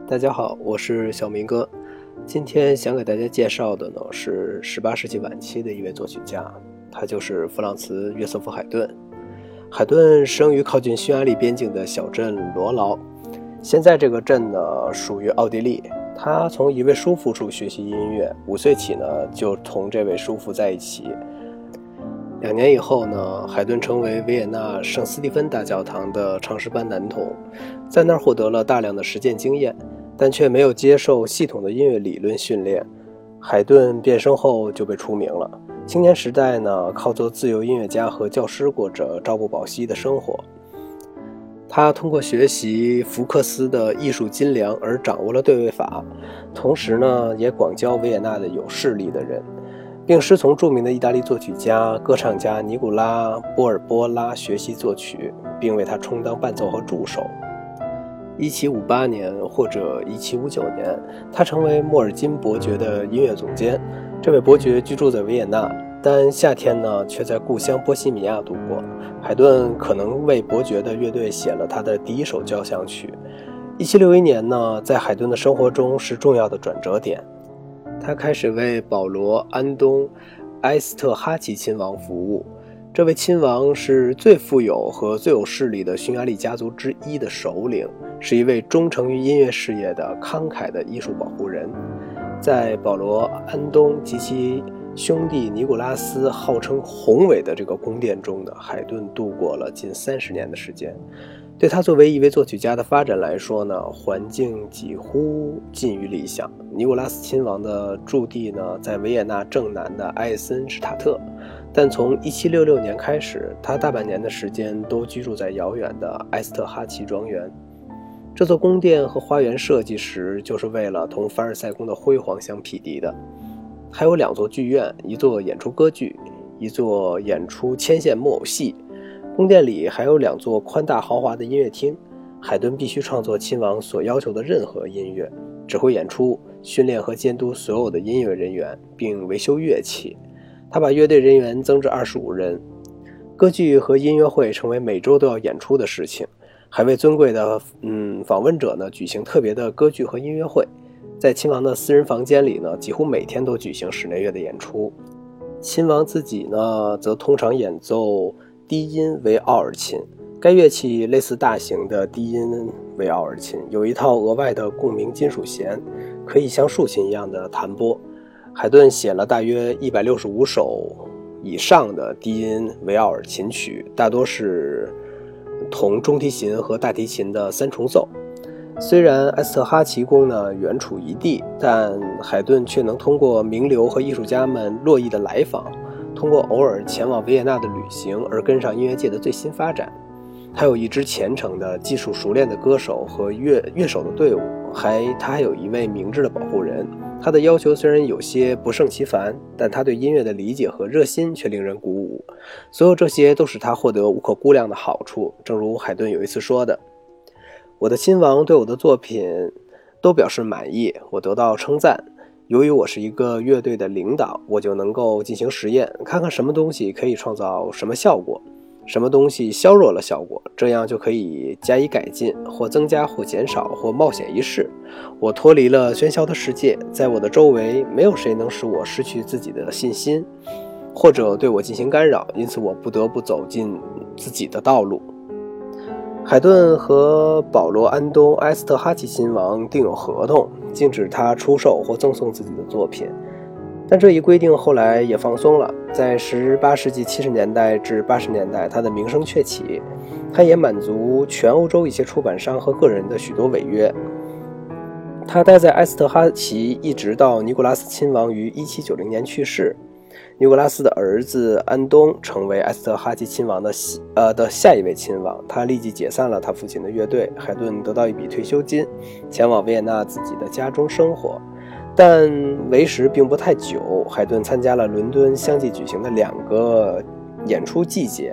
大家好，我是小明哥。今天想给大家介绍的呢是18世纪晚期的一位作曲家，他就是弗朗茨·约瑟夫·海顿。海顿生于靠近匈牙利边境的小镇罗劳，现在这个镇呢属于奥地利。他从一位叔父处学习音乐，5岁起呢就同这位叔父在一起。2年以后呢，海顿成为维也纳圣斯蒂芬大教堂的唱诗班男童，在那儿获得了大量的实践经验，但却没有接受系统的音乐理论训练。海顿变声后就被除名了。青年时代呢，靠做自由音乐家和教师过着朝不保夕的生活。他通过学习福克斯的艺术斤量而掌握了对位法，同时呢，也广教维也纳的有势力的人，并师从著名的意大利作曲家、歌唱家尼古拉·波尔波拉学习作曲，并为他充当伴奏和助手。1758年或者1759年，他成为莫尔金伯爵的音乐总监。这位伯爵居住在维也纳，但夏天呢却在故乡波西米亚度过。海顿可能为伯爵的乐队写了他的第一首交响曲。1761年呢，在海顿的生活中是重要的转折点。他开始为保罗·安东·埃斯特哈奇亲王服务。这位亲王是最富有和最有势力的匈牙利家族之一的首领，是一位忠诚于音乐事业的慷慨的艺术保护人。在保罗·安东及其兄弟尼古拉斯号称宏伟的这个宫殿中呢，海顿度过了近30年的时间。对他作为一位作曲家的发展来说呢，环境几乎近于理想。尼古拉斯亲王的驻地呢，在维也纳正南的埃森施塔特，但从1766年开始，他大半年的时间都居住在遥远的埃斯特哈奇庄园。这座宫殿和花园设计时就是为了同凡尔赛宫的辉煌相匹敌的。还有2座剧院，一座演出歌剧，一座演出牵线木偶戏。宫殿里还有2座宽大豪华的音乐厅。海顿必须创作亲王所要求的任何音乐，指挥演出，训练和监督所有的音乐人员，并维修乐器。他把乐队人员增至25人。歌剧和音乐会成为每周都要演出的事情，还为尊贵的访问者呢举行特别的歌剧和音乐会。在亲王的私人房间里呢，几乎每天都举行室内乐的演出。亲王自己呢，则通常演奏低音维奥尔琴，该乐器类似大型的低音维奥尔琴，有一套额外的共鸣金属弦，可以像竖琴一样的弹拨。海顿写了大约165首以上的低音维奥尔琴曲，大多是同中提琴和大提琴的3重奏。虽然埃斯特哈奇宫呢远处一地，但海顿却能通过名流和艺术家们络绎的来访，通过偶尔前往维也纳的旅行而跟上音乐界的最新发展。他有一支虔诚的、技术熟练的歌手和乐手的队伍，他还有一位明智的保护人。他的要求虽然有些不胜其烦，但他对音乐的理解和热心却令人鼓舞。所有这些都使他获得无可估量的好处。正如海顿有一次说的：“我的亲王对我的作品都表示满意，我得到称赞。由于我是一个乐队的领导，我就能够进行实验，看看什么东西可以创造什么效果，什么东西削弱了效果，这样就可以加以改进，或增加，或减少，或冒险一试。我脱离了喧嚣的世界，在我的周围没有谁能使我失去自己的信心，或者对我进行干扰，因此我不得不走进自己的道路。”海顿和保罗·安东·埃斯特哈奇亲王订有合同，禁止他出售或赠送自己的作品。但这一规定后来也放松了。在18世纪70年代至80年代，他的名声鹊起，他也满足全欧洲一些出版商和个人的许多违约。他待在埃斯特哈奇一直到尼古拉斯亲王于1790年去世。尼古拉斯的儿子安东成为埃斯特哈奇亲王的下一位亲王，他立即解散了他父亲的乐队。海顿得到一笔退休金，前往维也纳自己的家中生活，但为时并不太久。海顿参加了伦敦相继举行的2个演出季节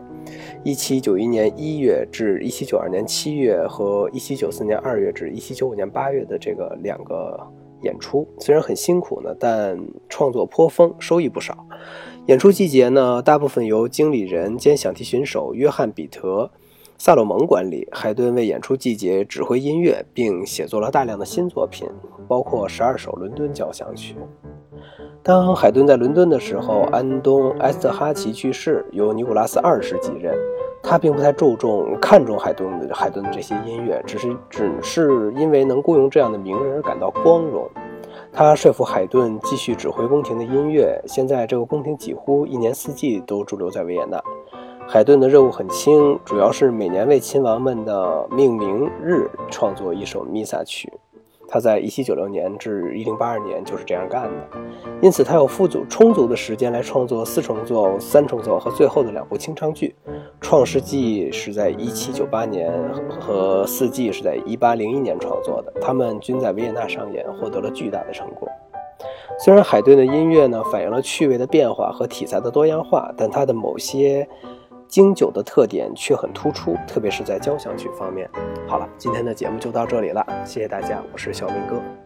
，1791年1月至1792年7月和1794年2月至1795年8月的这个2个演出。虽然很辛苦呢，但创作颇丰，收益不少。演出季节呢，大部分由经理人兼小提琴手约翰·比特萨洛蒙管理，海顿为演出季节指挥音乐，并写作了大量的新作品，包括12首伦敦交响曲。当海顿在伦敦的时候，安东·埃斯特哈奇去世，由尼古拉斯2世继任。他并不太看重海顿的这些音乐，只是因为能雇佣这样的名人而感到光荣。他说服海顿继续指挥宫廷的音乐，现在这个宫廷几乎一年四季都驻留在维也纳。海顿的任务很轻，主要是每年为亲王们的命名日创作一首弥撒曲。他在1796年至1082年就是这样干的，因此他有充足的时间来创作4重奏、3重奏和最后的2部清唱剧。创世纪是在1798年和四季是在1801年创作的，他们均在维也纳上演，获得了巨大的成功。虽然海顿的音乐反映了趣味的变化和题材的多样化，但他的某些经久的特点却很突出，特别是在交响曲方面。好了，今天的节目就到这里了，谢谢大家，我是小明哥。